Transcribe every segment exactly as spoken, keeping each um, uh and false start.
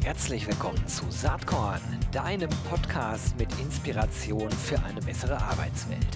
Herzlich willkommen zu Saatkorn, deinem Podcast mit Inspiration für eine bessere Arbeitswelt.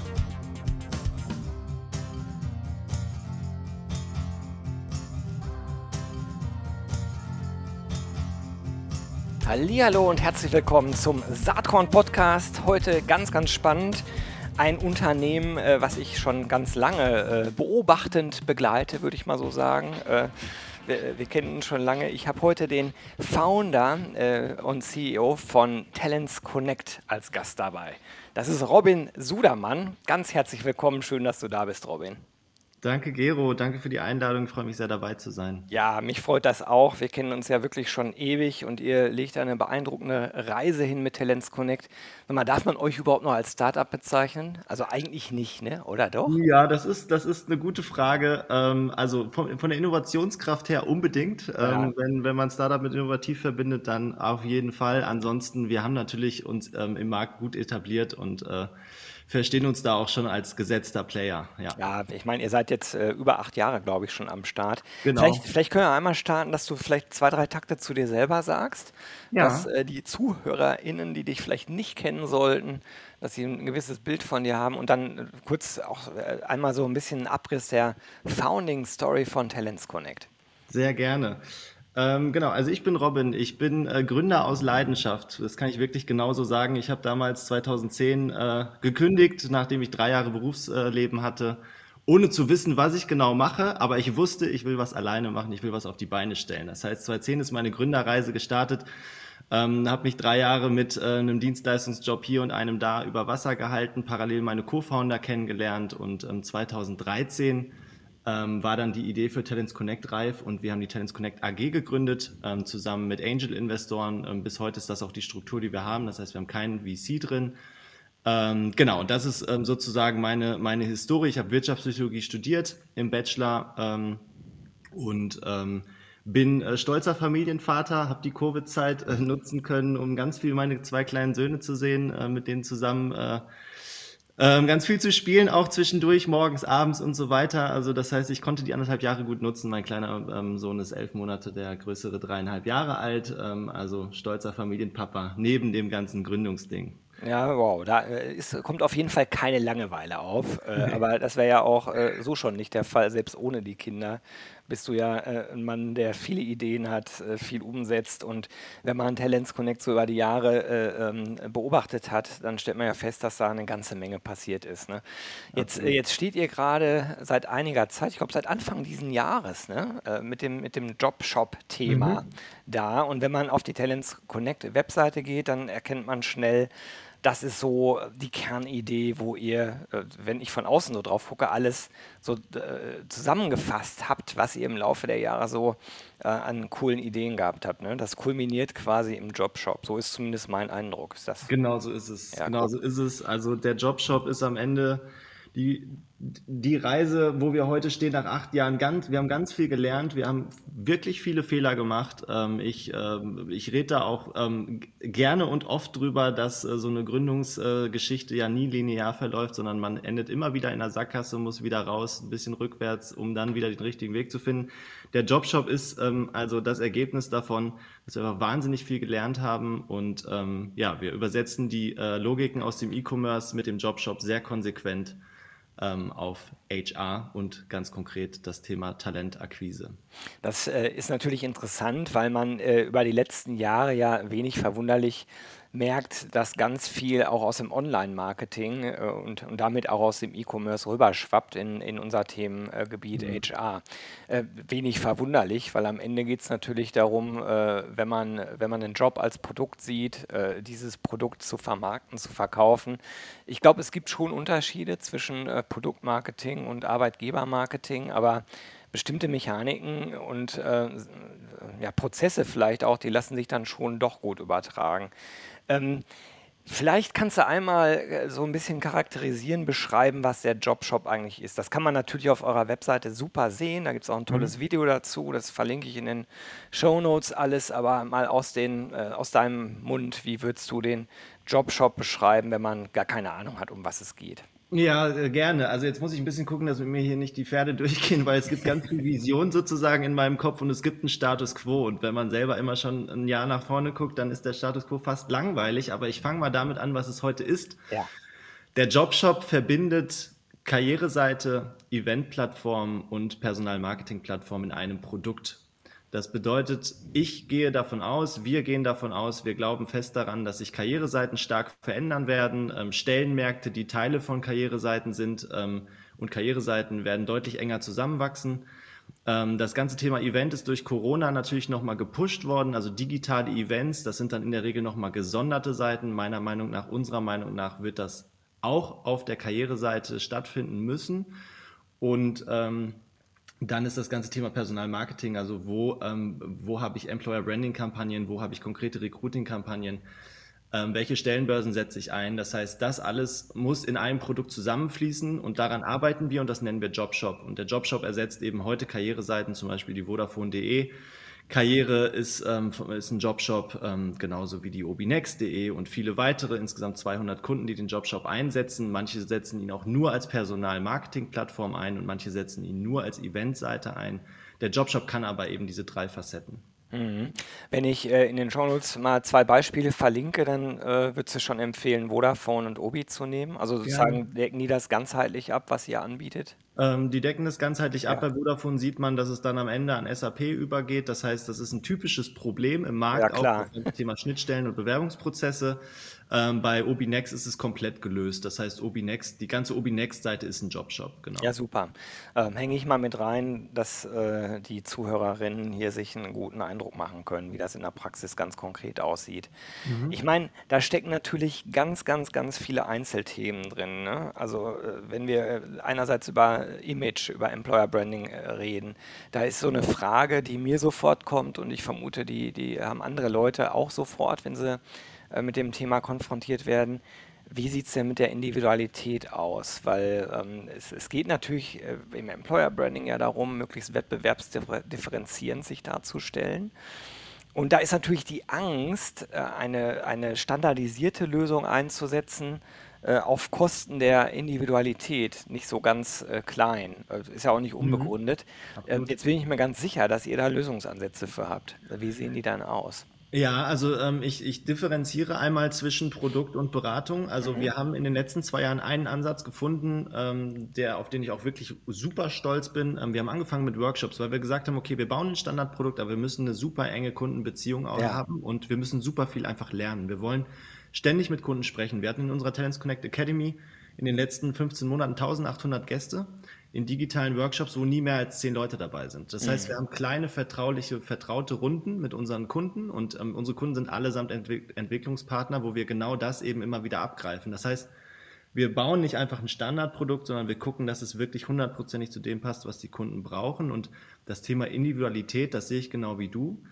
Hallihallo und herzlich willkommen zum Saatkorn Podcast. Heute ganz, ganz spannend. Ein Unternehmen, äh, was ich schon ganz lange äh, beobachtend begleite, würde ich mal so sagen. Äh, wir, wir kennen ihn schon lange. Ich habe heute den Founder äh, und C E O von Talents Connect als Gast dabei. Das ist Robin Sudermann. Ganz herzlich willkommen. Schön, dass du da bist, Robin. Danke, Gero. Danke für die Einladung. Ich freue mich sehr, dabei zu sein. Ja, mich freut das auch. Wir kennen uns ja wirklich schon ewig und ihr legt eine beeindruckende Reise hin mit Talents Connect. Sag mal, darf man euch überhaupt noch als Startup bezeichnen? Also eigentlich nicht, ne? Oder doch? Ja, das ist, das ist eine gute Frage. Ähm, also von, von der Innovationskraft her unbedingt. Ja. Ähm, wenn, wenn man Startup mit innovativ verbindet, dann auf jeden Fall. Ansonsten, wir haben natürlich uns ähm, im Markt gut etabliert und äh, verstehen uns da auch schon als gesetzter Player. Ja, Ja, ich meine, ihr seid jetzt äh, über acht Jahre, glaube ich, schon am Start. Vielleicht, genau. vielleicht können wir einmal starten, dass du vielleicht zwei, drei Takte zu dir selber sagst, dass Ja. äh, die ZuhörerInnen, die dich vielleicht nicht kennen sollten, dass sie ein gewisses Bild von dir haben und dann äh, kurz auch äh, einmal so ein bisschen einen Abriss der Founding Story von Talents Connect. Sehr gerne. Ähm, genau, also ich bin Robin, ich bin äh, Gründer aus Leidenschaft. Das kann ich wirklich genauso sagen. Ich habe damals zweitausendzehn äh, gekündigt, nachdem ich drei Jahre Berufsleben hatte, ohne zu wissen, was ich genau mache. Aber ich wusste, ich will was alleine machen, ich will was auf die Beine stellen. Das heißt, zweitausendzehn ist meine Gründerreise gestartet. Ähm, habe mich drei Jahre mit äh, einem Dienstleistungsjob hier und einem da über Wasser gehalten, parallel meine Co-Founder kennengelernt und ähm, zweitausenddreizehn ähm, war dann die Idee für Talents Connect reif und wir haben die Talents Connect A G gegründet, ähm, zusammen mit Angel-Investoren. Ähm, bis heute ist das auch die Struktur, die wir haben. Das heißt, wir haben keinen V C drin. Ähm, genau, das ist ähm, sozusagen meine, meine Historie. Ich habe Wirtschaftspsychologie studiert im Bachelor ähm, und ähm, bin äh, stolzer Familienvater, habe die Covid-Zeit äh, nutzen können, um ganz viel meine zwei kleinen Söhne zu sehen, äh, mit denen zusammen äh, ähm, ganz viel zu spielen, auch zwischendurch, morgens, abends und so weiter. Also das heißt, ich konnte die anderthalb Jahre gut nutzen. Mein kleiner ähm, Sohn ist elf Monate, der größere dreieinhalb Jahre alt. Ähm, also stolzer Familienpapa neben dem ganzen Gründungsding. Ja, wow, da äh, ist, kommt auf jeden Fall keine Langeweile auf. Äh, aber das wäre ja auch äh, so schon nicht der Fall, selbst ohne die Kinder. Bist du ja äh, ein Mann, der viele Ideen hat, äh, viel umsetzt. Und wenn man Talents Connect so über die Jahre äh, ähm, beobachtet hat, dann stellt man ja fest, dass da eine ganze Menge passiert ist. Ne? Jetzt, äh, Absolut. jetzt steht ihr gerade seit einiger Zeit, ich glaube seit Anfang diesen Jahres, ne? äh, mit dem, mit dem Jobshop-Thema Mhm. da. Und wenn man auf die Talents Connect Webseite geht, dann erkennt man schnell, das ist so die Kernidee, wo ihr, äh, wenn ich von außen so drauf gucke, alles so äh, zusammengefasst habt, was ihr im Laufe der Jahre so äh, an coolen Ideen gehabt habt. Ne? Das kulminiert quasi im Jobshop. So ist zumindest mein Eindruck. Ist das? Genau so ist es. Ja, Genau cool. so ist es. Also der Jobshop ist am Ende die, die Reise, wo wir heute stehen nach acht Jahren. Ganz, wir haben ganz viel gelernt. Wir haben wirklich viele Fehler gemacht. Ähm, ich, ähm, ich rede da auch ähm, g- gerne und oft drüber, dass äh, so eine Gründungsgeschichte ja nie linear verläuft, sondern man endet immer wieder in der Sackgasse, muss wieder raus, ein bisschen rückwärts, um dann wieder den richtigen Weg zu finden. Der Jobshop ist ähm, also das Ergebnis davon, dass wir einfach wahnsinnig viel gelernt haben und ähm, ja, wir übersetzen die äh, Logiken aus dem E-Commerce mit dem Jobshop sehr konsequent ähm, auf H R und ganz konkret das Thema Talentakquise. Das äh, ist natürlich interessant, weil man äh, über die letzten Jahre ja wenig verwunderlich merkt, dass ganz viel auch aus dem Online-Marketing äh, und, und damit auch aus dem E-Commerce rüberschwappt in, in unser Themengebiet Mhm. H R. Äh, wenig verwunderlich, weil am Ende geht es natürlich darum, äh, wenn man, wenn man einen Job als Produkt sieht, äh, dieses Produkt zu vermarkten, zu verkaufen. Ich glaube, es gibt schon Unterschiede zwischen äh, Produktmarketing und Arbeitgebermarketing, aber bestimmte Mechaniken und äh, ja, Prozesse vielleicht auch, die lassen sich dann schon doch gut übertragen. Ähm, Vielleicht kannst du einmal äh, so ein bisschen charakterisieren, beschreiben, was der Jobshop eigentlich ist. Das kann man natürlich auf eurer Webseite super sehen. Da gibt es auch ein tolles Mhm. Video dazu. Das verlinke ich in den Show Notes alles. Aber mal aus, den, äh, aus deinem Mund, wie würdest du den Jobshop beschreiben, wenn man gar keine Ahnung hat, um was es geht? Ja, äh, gerne. Also jetzt muss ich ein bisschen gucken, dass mit mir hier nicht die Pferde durchgehen, weil es gibt ganz viel Vision sozusagen in meinem Kopf und es gibt einen Status quo. Und wenn man selber immer schon ein Jahr nach vorne guckt, dann ist der Status quo fast langweilig. Aber ich fange mal damit an, was es heute ist. Ja. Der Jobshop verbindet Karriereseite, Eventplattform und Personalmarketingplattform in einem Produkt. Das bedeutet, ich gehe davon aus, wir gehen davon aus, wir glauben fest daran, dass sich Karriereseiten stark verändern werden. Ähm, Stellenmärkte, die Teile von Karriereseiten sind, ähm, und Karriereseiten werden deutlich enger zusammenwachsen. Ähm, das ganze Thema Event ist durch Corona natürlich nochmal gepusht worden. Also digitale Events, das sind dann in der Regel nochmal gesonderte Seiten. Meiner Meinung nach, unserer Meinung nach wird das auch auf der Karriereseite stattfinden müssen. Und ähm, dann ist das ganze Thema Personalmarketing, also wo, ähm, wo habe ich Employer Branding Kampagnen, wo habe ich konkrete Recruiting Kampagnen, ähm, welche Stellenbörsen setze ich ein. Das heißt, das alles muss in einem Produkt zusammenfließen und daran arbeiten wir und das nennen wir Jobshop. Und der Jobshop ersetzt eben heute Karriereseiten, zum Beispiel die Vodafone punkt de. Karriere ist, ähm, ist ein Jobshop, ähm, genauso wie die obinext punkt de und viele weitere, insgesamt zweihundert Kunden, die den Jobshop einsetzen. Manche setzen ihn auch nur als Personal-Marketing-Plattform ein und manche setzen ihn nur als Eventseite ein. Der Jobshop kann aber eben diese drei Facetten. Mhm. Wenn ich äh, in den Shownotes mal zwei Beispiele verlinke, dann äh, würdest du schon empfehlen, Vodafone und Obi zu nehmen. Also Gerne. sozusagen decken die das ganzheitlich ab, was ihr anbietet? Ähm, die decken das ganzheitlich ab. Ja, Bei Vodafone sieht man, dass es dann am Ende an S A P übergeht. Das heißt, das ist ein typisches Problem im ja Markt, auch klar. das ganze Thema Schnittstellen und Bewerbungsprozesse. Ähm, bei obinext ist es komplett gelöst. Das heißt, obinext, die ganze obinext-Seite ist ein Jobshop, Ja, genau. super. Ähm, hänge ich mal mit rein, dass äh, die Zuhörerinnen hier sich einen guten Eindruck machen können, wie das in der Praxis ganz konkret aussieht. Ich Mhm. meine, da stecken natürlich ganz, ganz, ganz viele Einzelthemen drin. Ne? Also äh, wenn wir äh, einerseits über Image, über Employer Branding äh, reden, da ist so eine Frage, die mir sofort kommt und ich vermute, die, die haben andere Leute auch sofort, wenn sie äh, mit dem Thema konfrontiert werden. Wie sieht es denn mit der Individualität aus? Weil ähm, es, es geht natürlich äh, im Employer Branding ja darum, möglichst wettbewerbsdifferenzierend sich darzustellen. Und da ist natürlich die Angst, äh, eine, eine standardisierte Lösung einzusetzen, äh, auf Kosten der Individualität nicht so ganz äh, klein. Äh, Ist ja auch nicht Mhm. unbegründet. Äh, Absolut. Jetzt bin ich mir ganz sicher, dass ihr da Lösungsansätze für habt. Wie sehen die dann aus? Ja, also ähm, ich, ich differenziere einmal zwischen Produkt und Beratung. Also Mhm. wir haben in den letzten zwei Jahren einen Ansatz gefunden, ähm, der, auf den ich auch wirklich super stolz bin. Ähm, wir haben angefangen mit Workshops, weil wir gesagt haben, okay, wir bauen ein Standardprodukt, aber wir müssen eine super enge Kundenbeziehung auch Ja. haben und wir müssen super viel einfach lernen. Wir wollen ständig mit Kunden sprechen. Wir hatten in unserer Talents Connect Academy in den letzten fünfzehn Monaten eintausendachthundert Gäste in digitalen Workshops, wo nie mehr als zehn Leute dabei sind. Das heißt, wir Mhm. haben kleine, vertrauliche, vertraute Runden mit unseren Kunden und ähm, unsere Kunden sind allesamt Entwick Entwicklungspartner, wo wir genau das eben immer wieder abgreifen. Das heißt, wir bauen nicht einfach ein Standardprodukt, sondern wir gucken, dass es wirklich hundertprozentig zu dem passt, was die Kunden brauchen. Und das Thema Individualität, das sehe ich genau wie du.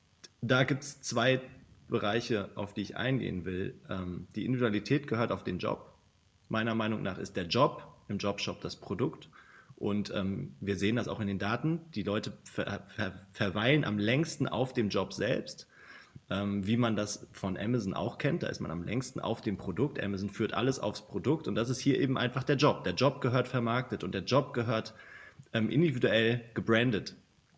Da gibt es zwei Bereiche, auf die ich eingehen will. Ähm, die Individualität gehört auf den Job. Meiner Meinung nach ist der Job im Jobshop das Produkt. Und ähm, wir sehen das auch in den Daten. Die Leute ver ver verweilen am längsten auf dem Job selbst, ähm, wie man das von Amazon auch kennt. Da ist man am längsten auf dem Produkt. Amazon führt alles aufs Produkt und das ist hier eben einfach der Job. Der Job gehört vermarktet und der Job gehört ähm, individuell gebrandet.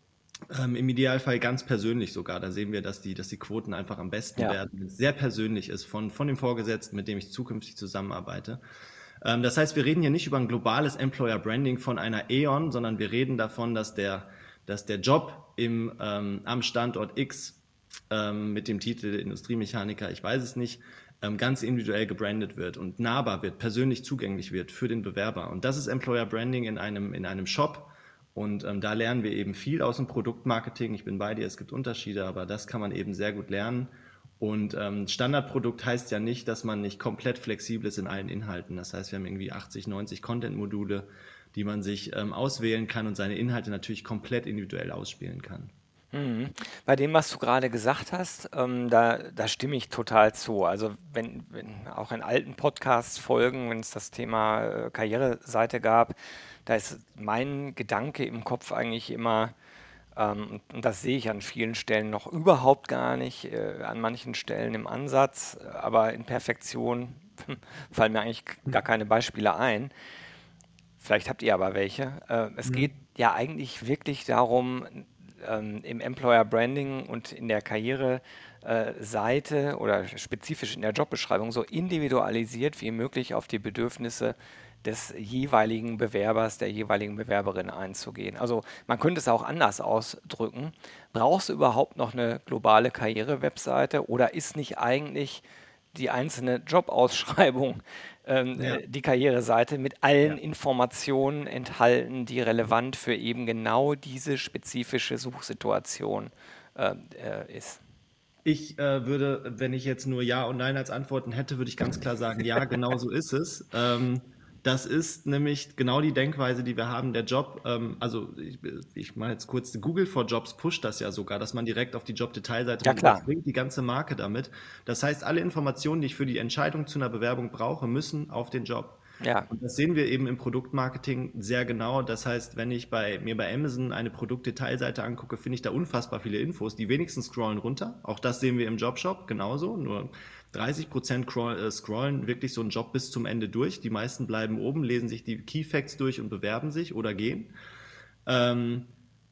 Ähm, Im Idealfall ganz persönlich sogar. Da sehen wir, dass die, dass die Quoten einfach am besten Ja. werden, wenn es sehr persönlich ist von, von dem Vorgesetzten, mit dem ich zukünftig zusammenarbeite. Ähm, das heißt, wir reden hier nicht über ein globales Employer Branding von einer E.ON, sondern wir reden davon, dass der, dass der Job im, ähm, am Standort X ähm, mit dem Titel Industriemechaniker, ich weiß es nicht, ähm, ganz individuell gebrandet wird und nahbar wird, persönlich zugänglich wird für den Bewerber. Und das ist Employer Branding in einem, in einem Shop. Und ähm, da lernen wir eben viel aus dem Produktmarketing. Ich bin bei dir, es gibt Unterschiede, aber das kann man eben sehr gut lernen. Und ähm, Standardprodukt heißt ja nicht, dass man nicht komplett flexibel ist in allen Inhalten. Das heißt, wir haben irgendwie achtzig, neunzig Content-Module, die man sich ähm, auswählen kann und seine Inhalte natürlich komplett individuell ausspielen kann. Mhm. Bei dem, was du gerade gesagt hast, ähm, da, da stimme ich total zu. Also wenn, wenn auch in alten Podcast-Folgen, wenn es das Thema äh, Karriereseite gab, da ist mein Gedanke im Kopf eigentlich immer, ähm, und, und das sehe ich an vielen Stellen noch überhaupt gar nicht, äh, an manchen Stellen im Ansatz, äh, aber in Perfektion. fallen mir eigentlich gar keine Beispiele ein. Vielleicht habt ihr aber welche. Äh, es Mhm. geht ja eigentlich wirklich darum, ähm, im Employer Branding und in der Karriereseite oder spezifisch in der Jobbeschreibung so individualisiert wie möglich auf die Bedürfnisse des jeweiligen Bewerbers, der jeweiligen Bewerberin einzugehen. Also man könnte es auch anders ausdrücken. Brauchst du überhaupt noch eine globale Karriere-Webseite oder ist nicht eigentlich die einzelne Jobausschreibung ähm, Ja, äh, die Karriereseite mit allen ja. Informationen enthalten, die relevant für eben genau diese spezifische Suchsituation äh, äh, ist? Ich äh, würde, wenn ich jetzt nur Ja und Nein als Antworten hätte, würde ich ganz klar sagen, ja, genau so ist es. Ähm, das ist nämlich genau die Denkweise, die wir haben. Der Job, ähm, also ich, ich mache jetzt kurz, Google for Jobs pusht das ja sogar, dass man direkt auf die Jobdetailseite Ja und klar, überspringt die ganze Marke damit. Das heißt, alle Informationen, die ich für die Entscheidung zu einer Bewerbung brauche, müssen auf den Job. ja, Und das sehen wir eben im Produktmarketing sehr genau. Das heißt, wenn ich bei, mir bei Amazon eine Produktdetailseite angucke, finde ich da unfassbar viele Infos. Die wenigsten scrollen runter. Auch das sehen wir im Jobshop genauso. Nur dreißig Prozent scroll- äh, scrollen wirklich so einen Job bis zum Ende durch. Die meisten bleiben oben, lesen sich die Key Facts durch und bewerben sich oder gehen. Ähm,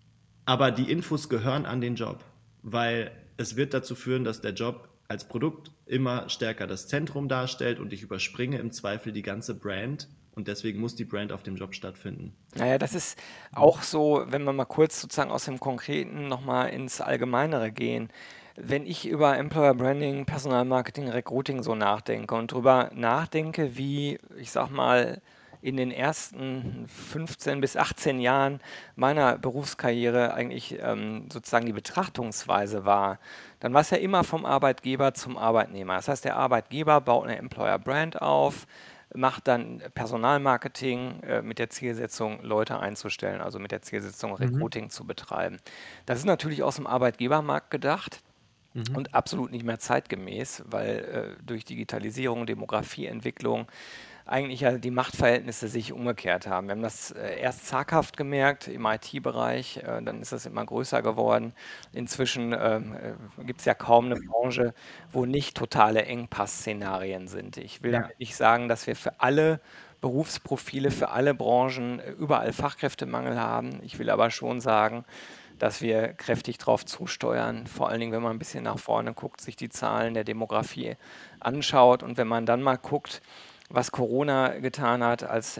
aber die Infos gehören an den Job, weil es wird dazu führen, dass der Job als Produkt immer stärker das Zentrum darstellt und ich überspringe im Zweifel die ganze Brand und deswegen muss die Brand auf dem Job stattfinden. naja, das ist auch so, wenn wir mal kurz sozusagen aus dem Konkreten nochmal ins Allgemeinere gehen. Wenn ich über Employer Branding, Personalmarketing, Recruiting so nachdenke und drüber nachdenke, wie, ich sag mal, in den ersten fünfzehn bis achtzehn Jahren meiner Berufskarriere eigentlich ähm, sozusagen die Betrachtungsweise war, dann war es ja immer vom Arbeitgeber zum Arbeitnehmer. Das heißt, der Arbeitgeber baut eine Employer Brand auf, macht dann Personalmarketing äh, mit der Zielsetzung, Leute einzustellen, also mit der Zielsetzung, Mhm. Recruiting zu betreiben. Das ist natürlich aus dem Arbeitgebermarkt gedacht Mhm. und absolut nicht mehr zeitgemäß, weil äh, durch Digitalisierung, Demografieentwicklung eigentlich ja die Machtverhältnisse sich umgekehrt haben. Wir haben das äh, erst zaghaft gemerkt im I T-Bereich, äh, dann ist das immer größer geworden. Inzwischen ähm, äh, gibt es ja kaum eine Branche, wo nicht totale Engpass-Szenarien sind. Ich will Ja, damit nicht sagen, dass wir für alle Berufsprofile, für alle Branchen äh, überall Fachkräftemangel haben. Ich will aber schon sagen, dass wir kräftig darauf zusteuern, vor allen Dingen, wenn man ein bisschen nach vorne guckt, sich die Zahlen der Demografie anschaut und wenn man dann mal guckt, was Corona getan hat als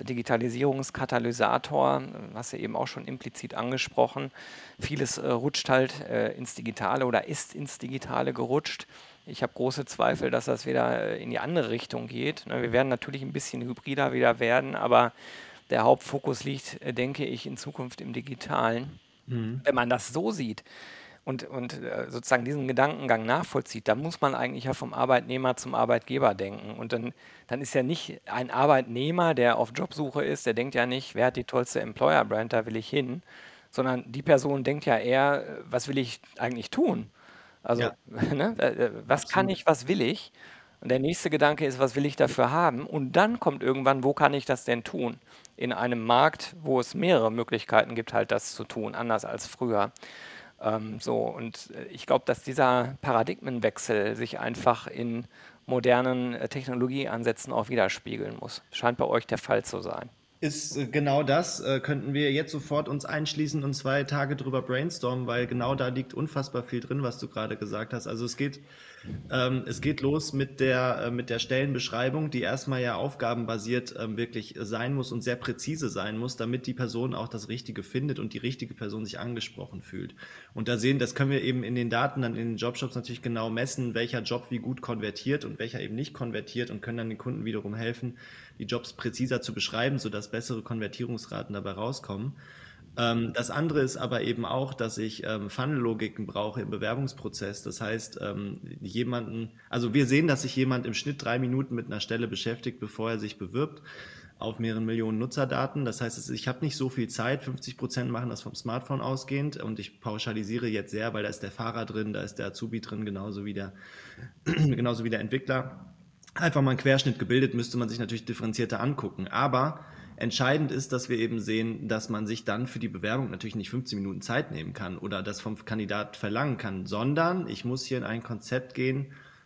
Digitalisierungskatalysator, hast du eben auch schon implizit angesprochen. Vieles äh, rutscht halt äh, ins Digitale oder ist ins Digitale gerutscht. Ich habe große Zweifel, dass das wieder äh, in die andere Richtung geht. Ne, wir werden natürlich ein bisschen hybrider wieder werden, aber der Hauptfokus liegt, äh, denke ich, in Zukunft im Digitalen. mhm. Wenn man das so sieht und, und äh, sozusagen diesen Gedankengang nachvollzieht, dann muss man eigentlich ja vom Arbeitnehmer zum Arbeitgeber denken. Und dann, dann ist ja nicht ein Arbeitnehmer, der auf Jobsuche ist, der denkt ja nicht, wer hat die tollste Employer-Brand, da will ich hin, sondern die Person denkt ja eher, äh, was will ich eigentlich tun? Also, Ja, ne, äh, äh, was kann absolut. ich, was will ich? Und der nächste Gedanke ist, was will ich dafür haben? Und dann kommt irgendwann, wo kann ich das denn tun? In einem Markt, wo es mehrere Möglichkeiten gibt, halt das zu tun, anders als früher. Ähm, so, und äh, ich glaube, dass dieser Paradigmenwechsel sich einfach in modernen äh, Technologieansätzen auch widerspiegeln muss. Scheint bei euch der Fall zu sein. Ist äh, genau das, äh, könnten wir jetzt sofort uns einschließen und zwei Tage drüber brainstormen, weil genau da liegt unfassbar viel drin, was du gerade gesagt hast. Also es geht Ähm, es geht los mit der, äh, mit der Stellenbeschreibung, die erstmal ja aufgabenbasiert ähm, wirklich sein muss und sehr präzise sein muss, damit die Person auch das Richtige findet und die richtige Person sich angesprochen fühlt. Und da sehen, das können wir eben in den Daten, dann in den Jobshops natürlich genau messen, welcher Job wie gut konvertiert und welcher eben nicht konvertiert und können dann den Kunden wiederum helfen, die Jobs präziser zu beschreiben, sodass bessere Konvertierungsraten dabei rauskommen. Ähm, das andere ist aber eben auch, dass ich ähm, Funnel-Logiken brauche im Bewerbungsprozess. Das heißt, ähm, jemanden, also wir sehen, dass sich jemand im Schnitt drei Minuten mit einer Stelle beschäftigt, bevor er sich bewirbt, auf mehreren Millionen Nutzerdaten. Das heißt, ich habe nicht so viel Zeit. fünfzig Prozent machen das vom Smartphone ausgehend und ich pauschalisiere jetzt sehr, weil da ist der Fahrer drin, da ist der Azubi drin, genauso wie der, genauso wie der Entwickler. Einfach mal einen Querschnitt gebildet, müsste man sich natürlich differenzierter angucken. Aber entscheidend ist, dass wir eben sehen, dass man sich dann für die Bewerbung natürlich nicht fünfzehn Minuten Zeit nehmen kann oder das vom Kandidat verlangen kann, sondern ich muss hier in ein Konzept gehen,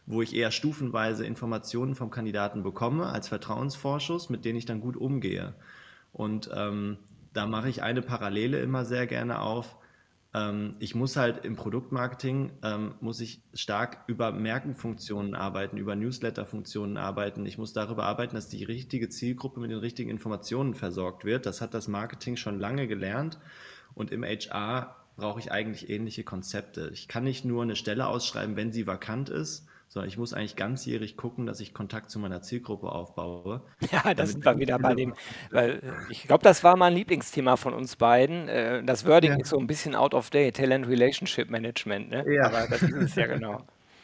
wo ich eher stufenweise Informationen vom Kandidaten bekomme als Vertrauensvorschuss, mit denen ich dann gut umgehe. Und ähm, da mache ich eine Parallele immer sehr gerne auf. Ähm, ich muss halt im Produktmarketing, ähm, muss ich stark über Merkenfunktionen arbeiten, über Newsletter-Funktionen arbeiten. Ich muss darüber arbeiten, dass die richtige Zielgruppe mit den richtigen Informationen versorgt wird. Das hat das Marketing schon lange gelernt. Und im H R brauche ich eigentlich ähnliche Konzepte. Ich kann nicht nur eine Stelle ausschreiben, wenn sie vakant ist, sondern ich muss eigentlich ganzjährig gucken, dass ich Kontakt zu meiner Zielgruppe aufbaue, Ja, da damit sind wir wenn die wieder bei Stelle dem, vakant ist. weil äh, ich glaube, das war mal ein Lieblingsthema von uns beiden. Äh, das Wording Ja, ist so ein bisschen out of date, Talent Relationship Management, ne? ja. Aber das ist es ja genau.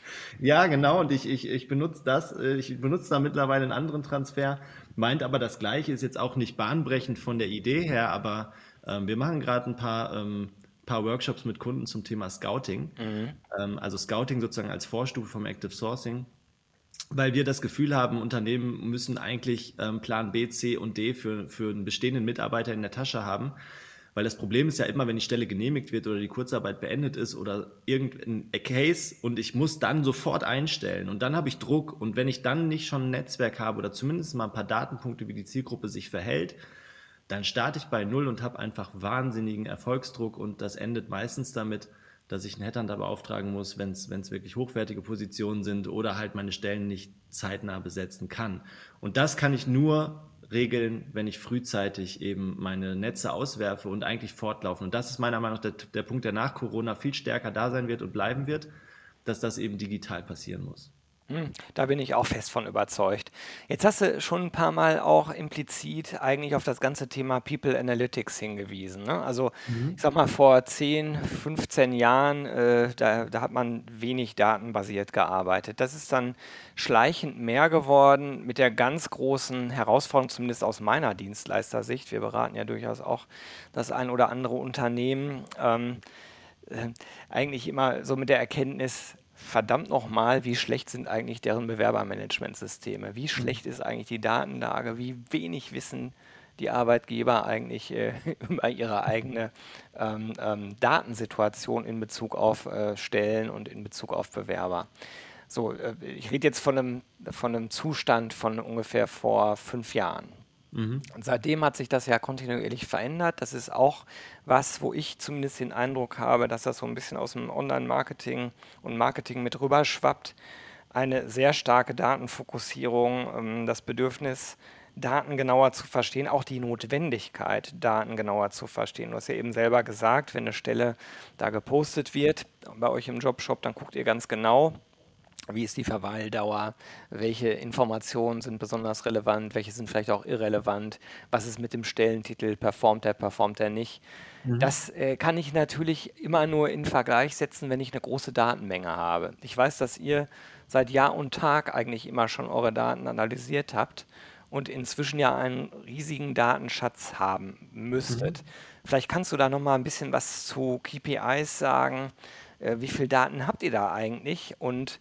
Ja, genau, und ich, ich, ich benutze das, äh, ich benutze da mittlerweile einen anderen Transfer, meint aber das Gleiche, ist jetzt auch nicht bahnbrechend von der Idee her, aber ähm, wir machen gerade ein paar, ähm, paar Workshops mit Kunden zum Thema Scouting. Mhm. Ähm, also Scouting sozusagen als Vorstufe vom Active Sourcing, weil wir das Gefühl haben, Unternehmen müssen eigentlich ähm, Plan B, C und D für, für einen bestehenden Mitarbeiter in der Tasche haben. Weil das Problem ist ja immer, wenn die Stelle genehmigt wird oder die Kurzarbeit beendet ist oder irgendein Case und ich muss dann sofort einstellen und dann habe ich Druck und wenn ich dann nicht schon ein Netzwerk habe oder zumindest mal ein paar Datenpunkte, wie die Zielgruppe sich verhält, dann starte ich bei Null und habe einfach wahnsinnigen Erfolgsdruck und das endet meistens damit, dass ich einen Headhunter beauftragen muss, wenn es wenn es wirklich hochwertige Positionen sind oder halt meine Stellen nicht zeitnah besetzen kann. Und das kann ich nur regeln, wenn ich frühzeitig eben meine Netze auswerfe und eigentlich fortlaufen. Und das ist meiner Meinung nach der, der Punkt, der nach Corona viel stärker da sein wird und bleiben wird, dass das eben digital passieren muss. Hm, da bin ich auch fest von überzeugt. Jetzt hast du schon ein paar Mal auch implizit eigentlich auf das ganze Thema People Analytics hingewiesen, ne? Also, ich Mhm. sage mal, vor zehn, fünfzehn Jahren, äh, da da hat man wenig datenbasiert gearbeitet. Das ist dann schleichend mehr geworden mit der ganz großen Herausforderung, zumindest aus meiner Dienstleistersicht. Wir beraten ja durchaus auch das ein oder andere Unternehmen, ähm, äh, eigentlich immer so mit der Erkenntnis, verdammt nochmal, wie schlecht sind eigentlich deren Bewerbermanagementsysteme? Wie schlecht ist eigentlich die Datenlage? Wie wenig wissen die Arbeitgeber eigentlich äh, über ihre eigene ähm, ähm, Datensituation in Bezug auf äh, Stellen und in Bezug auf Bewerber? So, äh, ich rede jetzt von einem, von einem Zustand von ungefähr vor fünf Jahren. Mhm. Und seitdem hat sich das ja kontinuierlich verändert. Das ist auch was, wo ich zumindest den Eindruck habe, dass das so ein bisschen aus dem Online-Marketing und Marketing mit rüberschwappt. Eine sehr starke Datenfokussierung, ähm, das Bedürfnis, Daten genauer zu verstehen, auch die Notwendigkeit, Daten genauer zu verstehen. Du hast ja eben selber gesagt, wenn eine Stelle da gepostet wird bei euch im Jobshop, dann guckt ihr ganz genau, wie ist die Verweildauer? Welche Informationen sind besonders relevant? Welche sind vielleicht auch irrelevant? Was ist mit dem Stellentitel? Performt er, performt er nicht? Mhm. Das äh, kann ich natürlich immer nur in Vergleich setzen, wenn ich eine große Datenmenge habe. Ich weiß, dass ihr seit Jahr und Tag eigentlich immer schon eure Daten analysiert habt und inzwischen ja einen riesigen Datenschatz haben müsstet. Mhm. Vielleicht kannst du da noch mal ein bisschen was zu K P Is sagen. Äh, wie viel Daten habt ihr da eigentlich und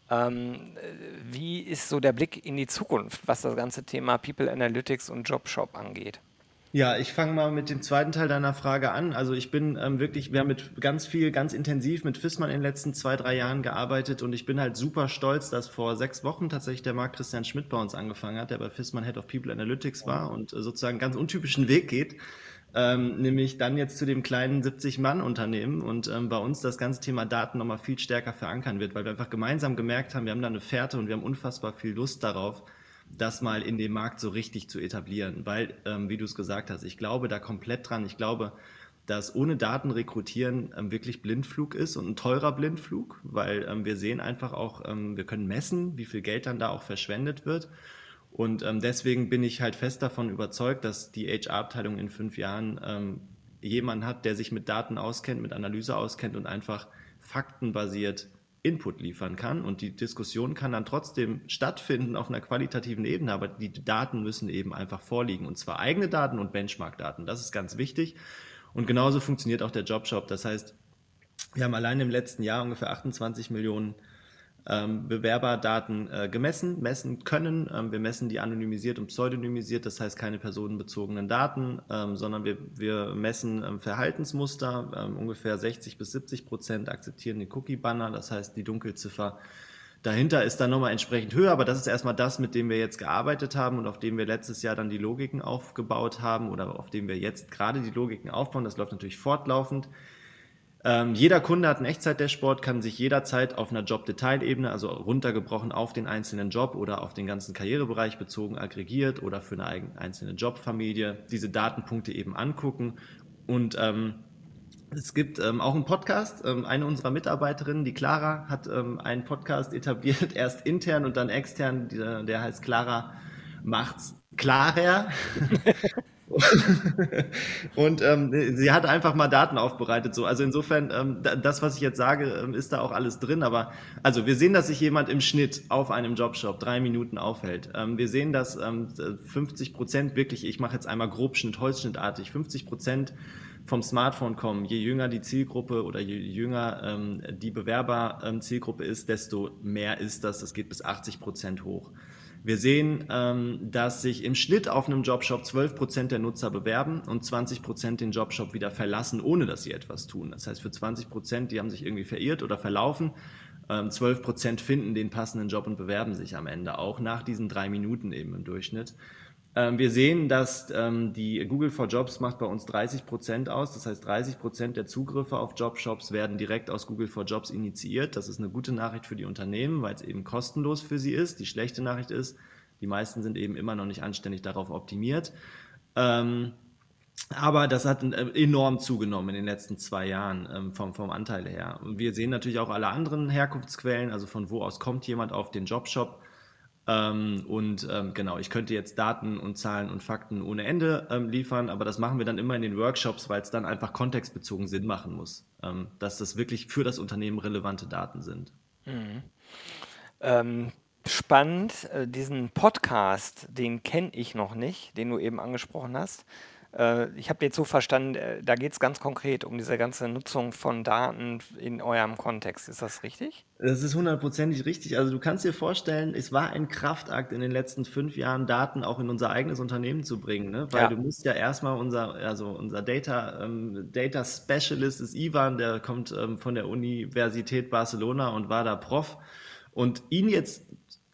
ähm, äh, wie ist so der Blick in die Zukunft, was das ganze Thema People Analytics und Jobshop angeht? Ja, ich fange mal mit dem zweiten Teil deiner Frage an. Also ich bin ähm, wirklich, wir haben mit ganz viel, ganz intensiv mit Fissmann in den letzten zwei, drei Jahren gearbeitet und ich bin halt super stolz, dass vor sechs Wochen tatsächlich der Marc Christian Schmidt bei uns angefangen hat, der bei Fissmann Head of People Analytics war und äh, sozusagen einen ganz untypischen Weg geht, ähm, nämlich dann jetzt zu dem kleinen siebzig-Mann-Unternehmen und ähm, bei uns das ganze Thema Daten nochmal viel stärker verankern wird, weil wir einfach gemeinsam gemerkt haben, wir haben da eine Fährte und wir haben unfassbar viel Lust darauf, das mal in dem Markt so richtig zu etablieren. Weil, ähm, wie du es gesagt hast, ich glaube da komplett dran. Ich glaube, dass ohne Daten rekrutieren ähm, wirklich Blindflug ist und ein teurer Blindflug, weil ähm, wir sehen einfach auch, ähm, wir können messen, wie viel Geld dann da auch verschwendet wird. Und ähm, deswegen bin ich halt fest davon überzeugt, dass die H R-Abteilung in fünf Jahren ähm, jemanden hat, der sich mit Daten auskennt, mit Analyse auskennt und einfach faktenbasiert Input liefern kann. Und die Diskussion kann dann trotzdem stattfinden auf einer qualitativen Ebene, aber die Daten müssen eben einfach vorliegen. Und zwar eigene Daten und Benchmark-Daten. Das ist ganz wichtig. Und genauso funktioniert auch der Jobshop. Das heißt, wir haben allein im letzten Jahr ungefähr achtundzwanzig Millionen ähm, Bewerberdaten äh, gemessen, messen können. Ähm, wir messen die anonymisiert und pseudonymisiert, das heißt keine personenbezogenen Daten, ähm, sondern wir, wir messen ähm, Verhaltensmuster. Ähm, ungefähr sechzig bis siebzig Prozent akzeptieren den Cookie-Banner, das heißt die Dunkelziffer Dahinter ist dann nochmal entsprechend höher, aber das ist erstmal das, mit dem wir jetzt gearbeitet haben und auf dem wir letztes Jahr dann die Logiken aufgebaut haben oder auf dem wir jetzt gerade die Logiken aufbauen. Das läuft natürlich fortlaufend. Ähm, jeder Kunde hat ein Echtzeit-Dashboard, kann sich jederzeit auf einer Job-Detailebene, also runtergebrochen auf den einzelnen Job oder auf den ganzen Karrierebereich bezogen, aggregiert oder für eine einzelne Jobfamilie, diese Datenpunkte eben angucken. Und ähm, es gibt ähm, auch einen Podcast. Ähm, eine unserer Mitarbeiterinnen, die Clara, hat ähm, einen Podcast etabliert, erst intern und dann extern. Der, der heißt Clara macht's klarer. Und ähm, sie hat einfach mal Daten aufbereitet. So. Also insofern, ähm, das, was ich jetzt sage, ähm, ist da auch alles drin. Aber also wir sehen, dass sich jemand im Schnitt auf einem Jobshop drei Minuten aufhält. Ähm, wir sehen, dass ähm, fünfzig Prozent wirklich, ich mache jetzt einmal Grobschnitt, Holzschnittartig, fünfzig Prozent vom Smartphone kommen. Je jünger die Zielgruppe oder je jünger ähm, die Bewerber-Zielgruppe ist, desto mehr ist das. Das geht bis achtzig Prozent hoch. Wir sehen, ähm, dass sich im Schnitt auf einem Jobshop zwölf Prozent der Nutzer bewerben und zwanzig Prozent den Jobshop wieder verlassen, ohne dass sie etwas tun. Das heißt, für zwanzig Prozent, die haben sich irgendwie verirrt oder verlaufen, ähm, zwölf Prozent finden den passenden Job und bewerben sich am Ende auch nach diesen drei Minuten eben im Durchschnitt. Ähm, wir sehen, dass ähm, die Google for Jobs macht bei uns dreißig Prozent aus. Das heißt, dreißig Prozent der Zugriffe auf Jobshops werden direkt aus Google for Jobs initiiert. Das ist eine gute Nachricht für die Unternehmen, weil es eben kostenlos für sie ist. Die schlechte Nachricht ist, die meisten sind eben immer noch nicht anständig darauf optimiert. Ähm, aber das hat äh, enorm zugenommen in den letzten zwei Jahren ähm, vom, vom Anteil her. Und wir sehen natürlich auch alle anderen Herkunftsquellen, also von wo aus kommt jemand auf den Jobshop. Ähm, und ähm, genau, ich könnte jetzt Daten und Zahlen und Fakten ohne Ende ähm, liefern, aber das machen wir dann immer in den Workshops, weil es dann einfach kontextbezogen Sinn machen muss, ähm, dass das wirklich für das Unternehmen relevante Daten sind. Mhm. Ähm, spannend, äh, diesen Podcast, den kenne ich noch nicht, den du eben angesprochen hast. Äh, ich habe jetzt so verstanden, äh, da geht es ganz konkret um diese ganze Nutzung von Daten in eurem Kontext. Ist das richtig? Das ist hundertprozentig richtig. Also du kannst dir vorstellen, es war ein Kraftakt in den letzten fünf Jahren, Daten auch in unser eigenes Unternehmen zu bringen, ne? Weil Ja. du musst ja erstmal unser, also unser Data, ähm, Data Specialist ist Ivan, der kommt ähm, von der Universität Barcelona und war da Prof. Und ihn jetzt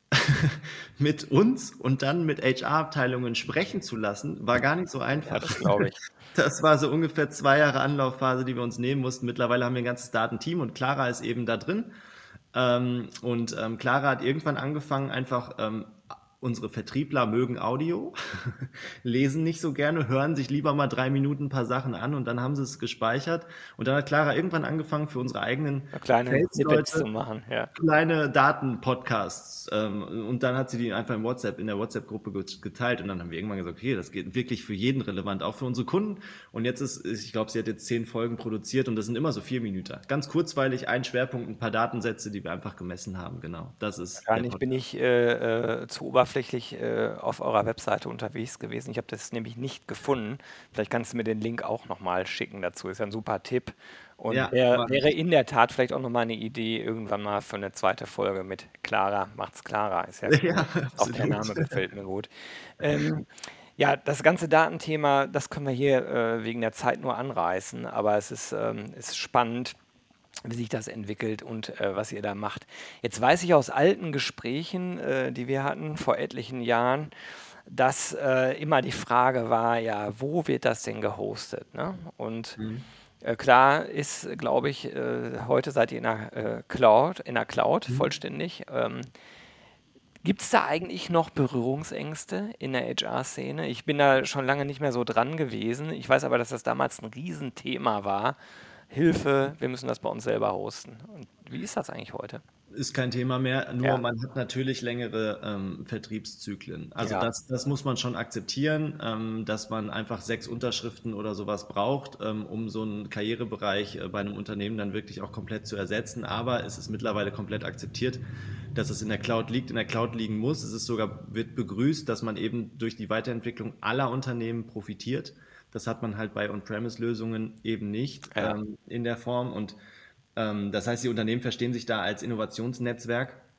mit uns und dann mit H R-Abteilungen sprechen zu lassen, war gar nicht so Ja, einfach. das glaube ich. Das war so ungefähr zwei Jahre Anlaufphase, die wir uns nehmen mussten. Mittlerweile haben wir ein ganzes Datenteam und Clara ist eben da drin. Ähm, und ähm, Clara hat irgendwann angefangen, einfach ähm, unsere Vertriebler mögen Audio, lesen nicht so gerne, hören sich lieber mal drei Minuten ein paar Sachen an und dann haben sie es gespeichert. Und dann hat Clara irgendwann angefangen, für unsere eigenen So kleine Snippets Sales-Leute zu machen, ja. kleine Datenpodcasts. Ähm, und dann hat sie die einfach im WhatsApp, in der WhatsApp-Gruppe geteilt. Und dann haben wir irgendwann gesagt, okay, das geht wirklich für jeden relevant, auch für unsere Kunden. Und jetzt ist, ich glaube, sie hat jetzt zehn Folgen produziert und das sind immer so vier Minuten. Ganz kurzweilig, ein Schwerpunkt, ein paar Datensätze, die wir einfach gemessen haben. Genau, das ist der Wahrscheinlich bin Podcast. ich äh, äh, zu oberflächlich äh, auf eurer Webseite unterwegs gewesen. Ich habe das nämlich nicht gefunden. Vielleicht kannst du mir den Link auch nochmal schicken dazu. Ist ja ein super Tipp. Und Ja, wär, mach wäre ich. in der Tat vielleicht auch nochmal eine Idee, irgendwann mal für eine zweite Folge mit Clara macht's Clara. Ist ja Ja, cool. Auch der absolut. Name gefällt mir gut. Ähm, ja, das ganze Datenthema, das können wir hier äh, wegen der Zeit nur anreißen, aber es ist, ähm, ist spannend, wie sich das entwickelt und äh, was ihr da macht. Jetzt weiß ich aus alten Gesprächen, äh, die wir hatten vor etlichen Jahren, dass äh, immer die Frage war, ja, wo wird das denn gehostet? Ne? Und Mhm. äh, klar ist, glaube ich, äh, heute seid ihr in der äh, Cloud, in der Cloud Mhm. vollständig. Ähm, Gibt es da eigentlich noch Berührungsängste in der H R-Szene? Ich bin da schon lange nicht mehr so dran gewesen. Ich weiß aber, dass das damals ein Riesenthema war. Hilfe, wir müssen das bei uns selber hosten. Und wie ist das eigentlich heute? Ist kein Thema mehr, nur Ja, man hat natürlich längere ähm, Vertriebszyklen. Also ja, das, das muss man schon akzeptieren, ähm, dass man einfach sechs Unterschriften oder sowas braucht, ähm, um so einen Karrierebereich äh, bei einem Unternehmen dann wirklich auch komplett zu ersetzen. Aber es ist mittlerweile komplett akzeptiert, dass es in der Cloud liegt, in der Cloud liegen muss. Es ist sogar, wird begrüßt, dass man eben durch die Weiterentwicklung aller Unternehmen profitiert. Das hat man halt bei On-Premise-Lösungen eben nicht ja. ähm, in der Form und ähm, das heißt, die Unternehmen verstehen sich da als Innovationsnetzwerk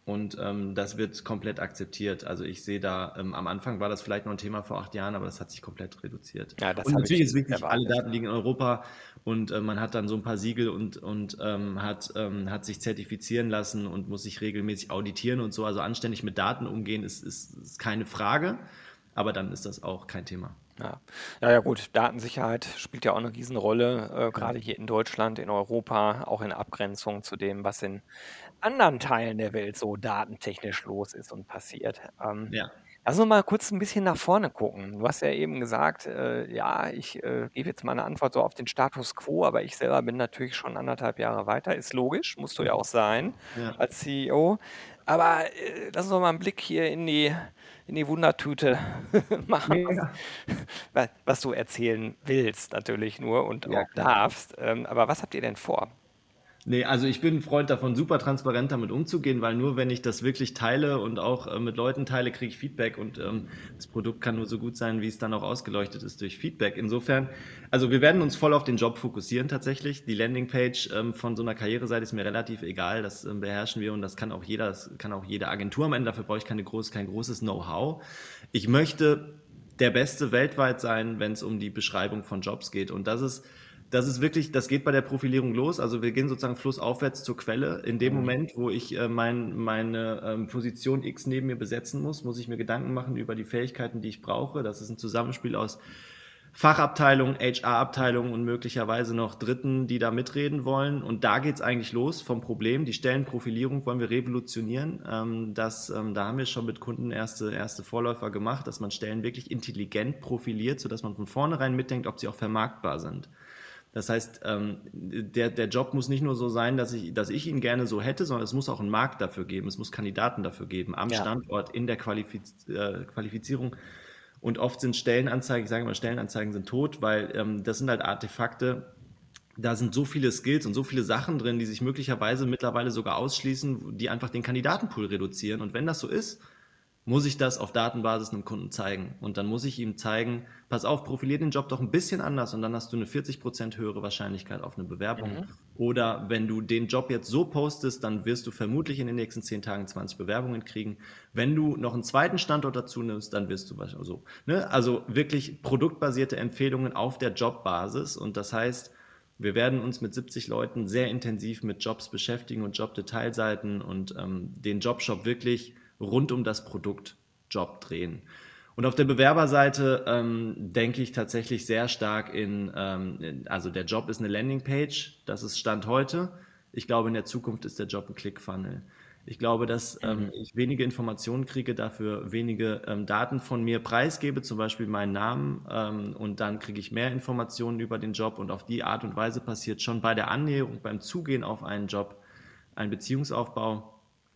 und ähm, das wird komplett akzeptiert. Also ich sehe da, ähm, am Anfang war das vielleicht noch ein Thema vor acht Jahren, aber das hat sich komplett reduziert. Ja, das Und habe ich natürlich ist wichtig, alle erwartet. Daten liegen in Europa und äh, man hat dann so ein paar Siegel und, und ähm, hat, ähm, hat sich zertifizieren lassen und muss sich regelmäßig auditieren und so. Also anständig mit Daten umgehen ist, ist, ist keine Frage, aber dann ist das auch kein Thema. Ja. Ja, ja gut, Datensicherheit spielt ja auch eine Riesenrolle, äh, Ja, gerade hier in Deutschland, in Europa, auch in Abgrenzung zu dem, was in anderen Teilen der Welt so datentechnisch los ist und passiert. Ähm, ja, lass uns mal kurz ein bisschen nach vorne gucken. Du hast ja eben gesagt, äh, ja, ich äh, gebe jetzt mal eine Antwort so auf den Status quo, aber ich selber bin natürlich schon anderthalb Jahre weiter. Ist logisch, musst du ja auch sein ja. als C E O. Aber äh, lass uns doch mal einen Blick hier in die, in die Wundertüte machen, was, Ja, wa- was du erzählen willst, natürlich nur und ja, auch klar. darfst. Ähm, aber was habt ihr denn vor? Nee, also ich bin ein Freund davon, super transparent damit umzugehen, weil nur wenn ich das wirklich teile und auch äh, mit Leuten teile, kriege ich Feedback und ähm, das Produkt kann nur so gut sein, wie es dann auch ausgeleuchtet ist durch Feedback. Insofern, also wir werden uns voll auf den Job fokussieren tatsächlich. Die Landingpage ähm, von so einer Karriereseite ist mir relativ egal, das ähm, beherrschen wir und das kann auch jeder, das kann auch jede Agentur am Ende, dafür brauche ich keine groß, kein großes Know-how. Ich möchte der Beste weltweit sein, wenn es um die Beschreibung von Jobs geht und das ist das ist wirklich, das geht bei der Profilierung los. Also wir gehen sozusagen flussaufwärts zur Quelle. In dem Mhm. Moment, wo ich äh, mein, meine ähm, Position X neben mir besetzen muss, muss ich mir Gedanken machen über die Fähigkeiten, die ich brauche. Das ist ein Zusammenspiel aus Fachabteilung, H R-Abteilung und möglicherweise noch Dritten, die da mitreden wollen. Und da geht's eigentlich los vom Problem. Die Stellenprofilierung wollen wir revolutionieren. Ähm, das, ähm, da haben wir schon mit Kunden erste, erste Vorläufer gemacht, dass man Stellen wirklich intelligent profiliert, sodass man von vornherein mitdenkt, ob sie auch vermarktbar sind. Das heißt, ähm, der, der Job muss nicht nur so sein, dass ich, dass ich ihn gerne so hätte, sondern es muss auch einen Markt dafür geben, es muss Kandidaten dafür geben, am Ja. Standort, in der Qualifiz äh, Qualifizierung. Und oft sind Stellenanzeigen, ich sage mal, Stellenanzeigen sind tot, weil ähm, das sind halt Artefakte, da sind so viele Skills und so viele Sachen drin, die sich möglicherweise mittlerweile sogar ausschließen, die einfach den Kandidatenpool reduzieren. Und wenn das so ist, muss ich das auf Datenbasis einem Kunden zeigen. Und dann muss ich ihm zeigen, pass auf, profilier den Job doch ein bisschen anders und dann hast du eine vierzig Prozent höhere Wahrscheinlichkeit auf eine Bewerbung. Mhm. Oder wenn du den Job jetzt so postest, dann wirst du vermutlich in den nächsten zehn Tagen zwanzig Bewerbungen kriegen. Wenn du noch einen zweiten Standort dazu nimmst, dann wirst du wahrscheinlich so. Ne? Also wirklich produktbasierte Empfehlungen auf der Jobbasis. Und das heißt, wir werden uns mit siebzig Leuten sehr intensiv mit Jobs beschäftigen und Jobdetailseiten und ähm, den Jobshop wirklich rund um das Produkt Job drehen. Und auf der Bewerberseite ähm, denke ich tatsächlich sehr stark in, ähm, in, also der Job ist eine Landingpage, das ist Stand heute. Ich glaube, in der Zukunft ist der Job ein Click-Funnel. Ich glaube, dass ähm, Mhm. ich wenige Informationen kriege, dafür wenige ähm, Daten von mir preisgebe, zum Beispiel meinen Namen, ähm, und dann kriege ich mehr Informationen über den Job und auf die Art und Weise passiert schon bei der Annäherung, beim Zugehen auf einen Job ein Beziehungsaufbau,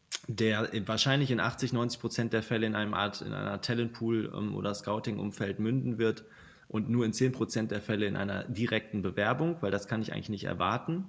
der wahrscheinlich in achtzig, neunzig Prozent der Fälle in einem Art, in einer Talentpool ähm, oder Scouting-Umfeld münden wird und nur in zehn Prozent der Fälle in einer direkten Bewerbung, weil das kann ich eigentlich nicht erwarten.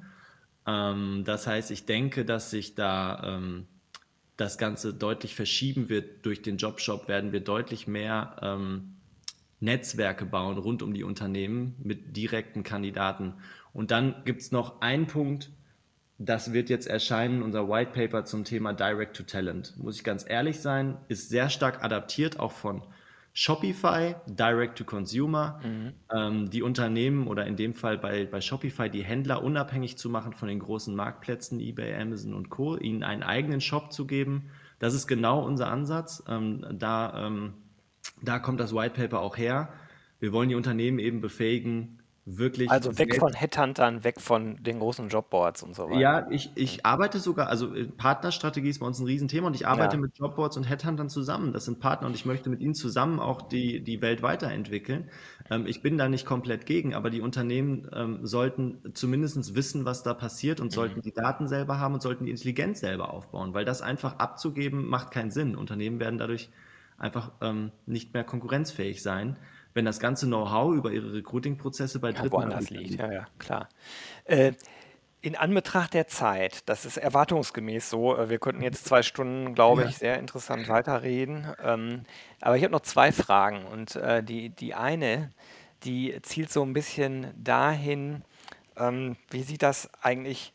Ähm, das heißt, ich denke, dass sich da ähm, das Ganze deutlich verschieben wird. Durch den Jobshop werden wir deutlich mehr ähm, Netzwerke bauen rund um die Unternehmen mit direkten Kandidaten. Und dann gibt es noch einen Punkt, das wird jetzt erscheinen, unser White Paper zum Thema Direct to Talent. Muss ich ganz ehrlich sein, ist sehr stark adaptiert, auch von Shopify, Direct to Consumer, Mhm. ähm, die Unternehmen oder in dem Fall bei, bei Shopify die Händler unabhängig zu machen von den großen Marktplätzen, eBay, Amazon und Co., ihnen einen eigenen Shop zu geben. Das ist genau unser Ansatz. Ähm, da, ähm, da kommt das White Paper auch her. Wir wollen die Unternehmen eben befähigen, wirklich Also weg von selbst. Headhuntern, weg von den großen Jobboards und so weiter. Ja, ich, Mhm. ich arbeite sogar, also äh, Partnerstrategie ist bei uns ein Riesenthema und ich arbeite Ja. mit Jobboards und Headhuntern zusammen. Das sind Partner und ich möchte mit ihnen zusammen auch die, die Welt weiterentwickeln. Ähm, ich bin da nicht komplett gegen, aber die Unternehmen ähm, sollten zumindest wissen, was da passiert und Mhm. sollten die Daten selber haben und sollten die Intelligenz selber aufbauen, weil das einfach abzugeben macht keinen Sinn. Unternehmen werden dadurch einfach ähm, nicht mehr konkurrenzfähig sein, wenn das ganze Know-how über ihre Recruiting-Prozesse bei Ja, dritten woanders Anbietern liegt. Ja, liegt. ja, klar. Äh, in Anbetracht der Zeit, das ist erwartungsgemäß so, äh, wir könnten jetzt zwei Stunden, glaube Ja, ich, sehr interessant weiterreden. Ähm, aber ich habe noch zwei Fragen und äh, die, die eine, die zielt so ein bisschen dahin, ähm, wie sieht das eigentlich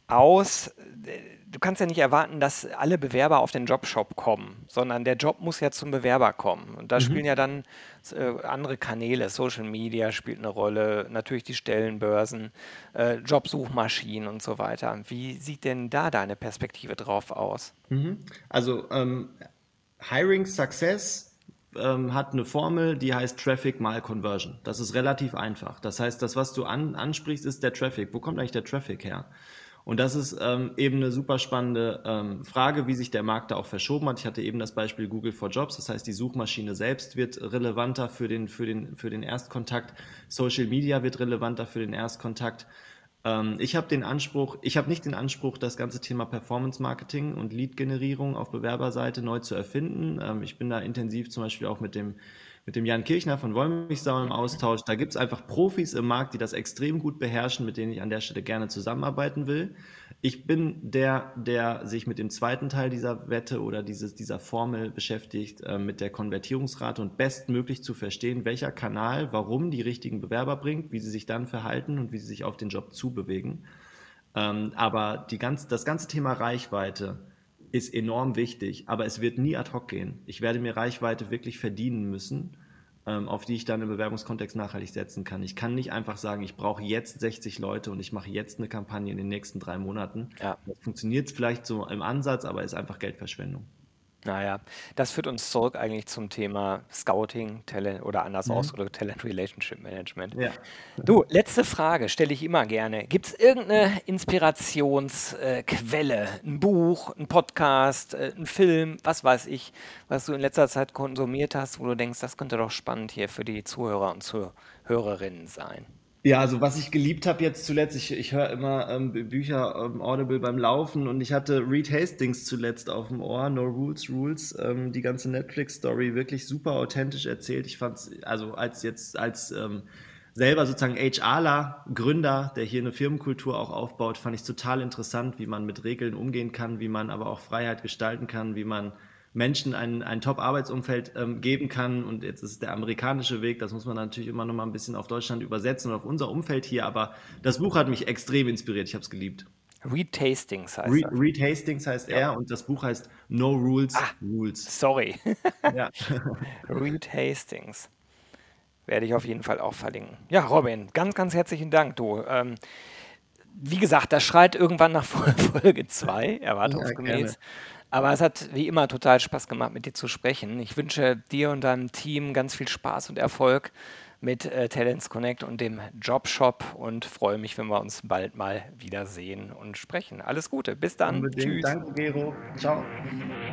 aus, äh, du kannst ja nicht erwarten, dass alle Bewerber auf den Jobshop kommen, sondern der Job muss ja zum Bewerber kommen. Und da spielen Mhm. ja dann äh, andere Kanäle, Social Media spielt eine Rolle, natürlich die Stellenbörsen, äh, Jobsuchmaschinen und so weiter. Wie sieht denn da deine Perspektive drauf aus? Mhm. Also ähm, Hiring Success ähm, hat eine Formel, die heißt Traffic mal Conversion. Das ist relativ einfach. Das heißt, das, was du an, ansprichst, ist der Traffic. Wo kommt eigentlich der Traffic her? Und das ist ähm, eben eine super spannende ähm, Frage, wie sich der Markt da auch verschoben hat. Ich hatte eben das Beispiel Google for Jobs. Das heißt, die Suchmaschine selbst wird relevanter für den, für den, für den Erstkontakt. Social Media wird relevanter für den Erstkontakt. Ähm, ich habe den Anspruch, ich habe nicht den Anspruch, das ganze Thema Performance Marketing und Lead-Generierung auf Bewerberseite neu zu erfinden. Ähm, ich bin da intensiv zum Beispiel auch mit dem, mit dem Jan Kirchner von Wollmilchsau im Austausch. Da gibt es einfach Profis im Markt, die das extrem gut beherrschen, mit denen ich an der Stelle gerne zusammenarbeiten will. Ich bin der, der sich mit dem zweiten Teil dieser Wette oder dieses, dieser Formel beschäftigt, äh, mit der Konvertierungsrate und bestmöglich zu verstehen, welcher Kanal warum die richtigen Bewerber bringt, wie sie sich dann verhalten und wie sie sich auf den Job zubewegen. Ähm, aber die ganz, das ganze Thema Reichweite ist enorm wichtig, aber es wird nie ad hoc gehen. Ich werde mir Reichweite wirklich verdienen müssen, ähm, auf die ich dann im Bewerbungskontext nachhaltig setzen kann. Ich kann nicht einfach sagen, ich brauche jetzt sechzig Leute und ich mache jetzt eine Kampagne in den nächsten drei Monaten. Ja. Das funktioniert vielleicht so im Ansatz, aber ist einfach Geldverschwendung. Naja, das führt uns zurück eigentlich zum Thema Scouting, Talent oder anders Mhm. ausgedrückt, Talent Relationship Management. Ja. Du, letzte Frage stelle ich immer gerne. Gibt es irgendeine Inspirationsquelle, ein Buch, ein Podcast, äh, ein Film, was weiß ich, was du in letzter Zeit konsumiert hast, wo du denkst, das könnte doch spannend hier für die Zuhörer und Zuhörerinnen sein? Ja, also was ich geliebt habe jetzt zuletzt, ich, ich höre immer ähm, Bü- Bücher ähm, Audible beim Laufen und ich hatte Reed Hastings zuletzt auf dem Ohr, No Rules, Rules, ähm, die ganze Netflix-Story wirklich super authentisch erzählt. Ich fand es, also als jetzt, als ähm, selber sozusagen HRler, Gründer, der hier eine Firmenkultur auch aufbaut, fand ich total interessant, wie man mit Regeln umgehen kann, wie man aber auch Freiheit gestalten kann, wie man Menschen ein, ein Top-Arbeitsumfeld ähm, geben kann. Und jetzt ist es der amerikanische Weg, das muss man natürlich immer noch mal ein bisschen auf Deutschland übersetzen und auf unser Umfeld hier. Aber das Buch hat mich extrem inspiriert. Ich habe es geliebt. Reed Hastings heißt Reed, das. Reed Hastings heißt Ja. er und das Buch heißt No Rules, Ah, Rules. sorry. Ja, Reed Hastings. Werde ich auf jeden Fall auch verlinken. Ja, Robin, ganz, ganz herzlichen Dank, du. Ähm, wie gesagt, das schreit irgendwann nach Folge zwei, ja, gerne. erwartungsgemäß. Aber es hat wie immer total Spaß gemacht, mit dir zu sprechen. Ich wünsche dir und deinem Team ganz viel Spaß und Erfolg mit äh, Talents Connect und dem Jobshop und freue mich, wenn wir uns bald mal wiedersehen und sprechen. Alles Gute, bis dann, Unbedingt. tschüss. Danke, Gero. Ciao.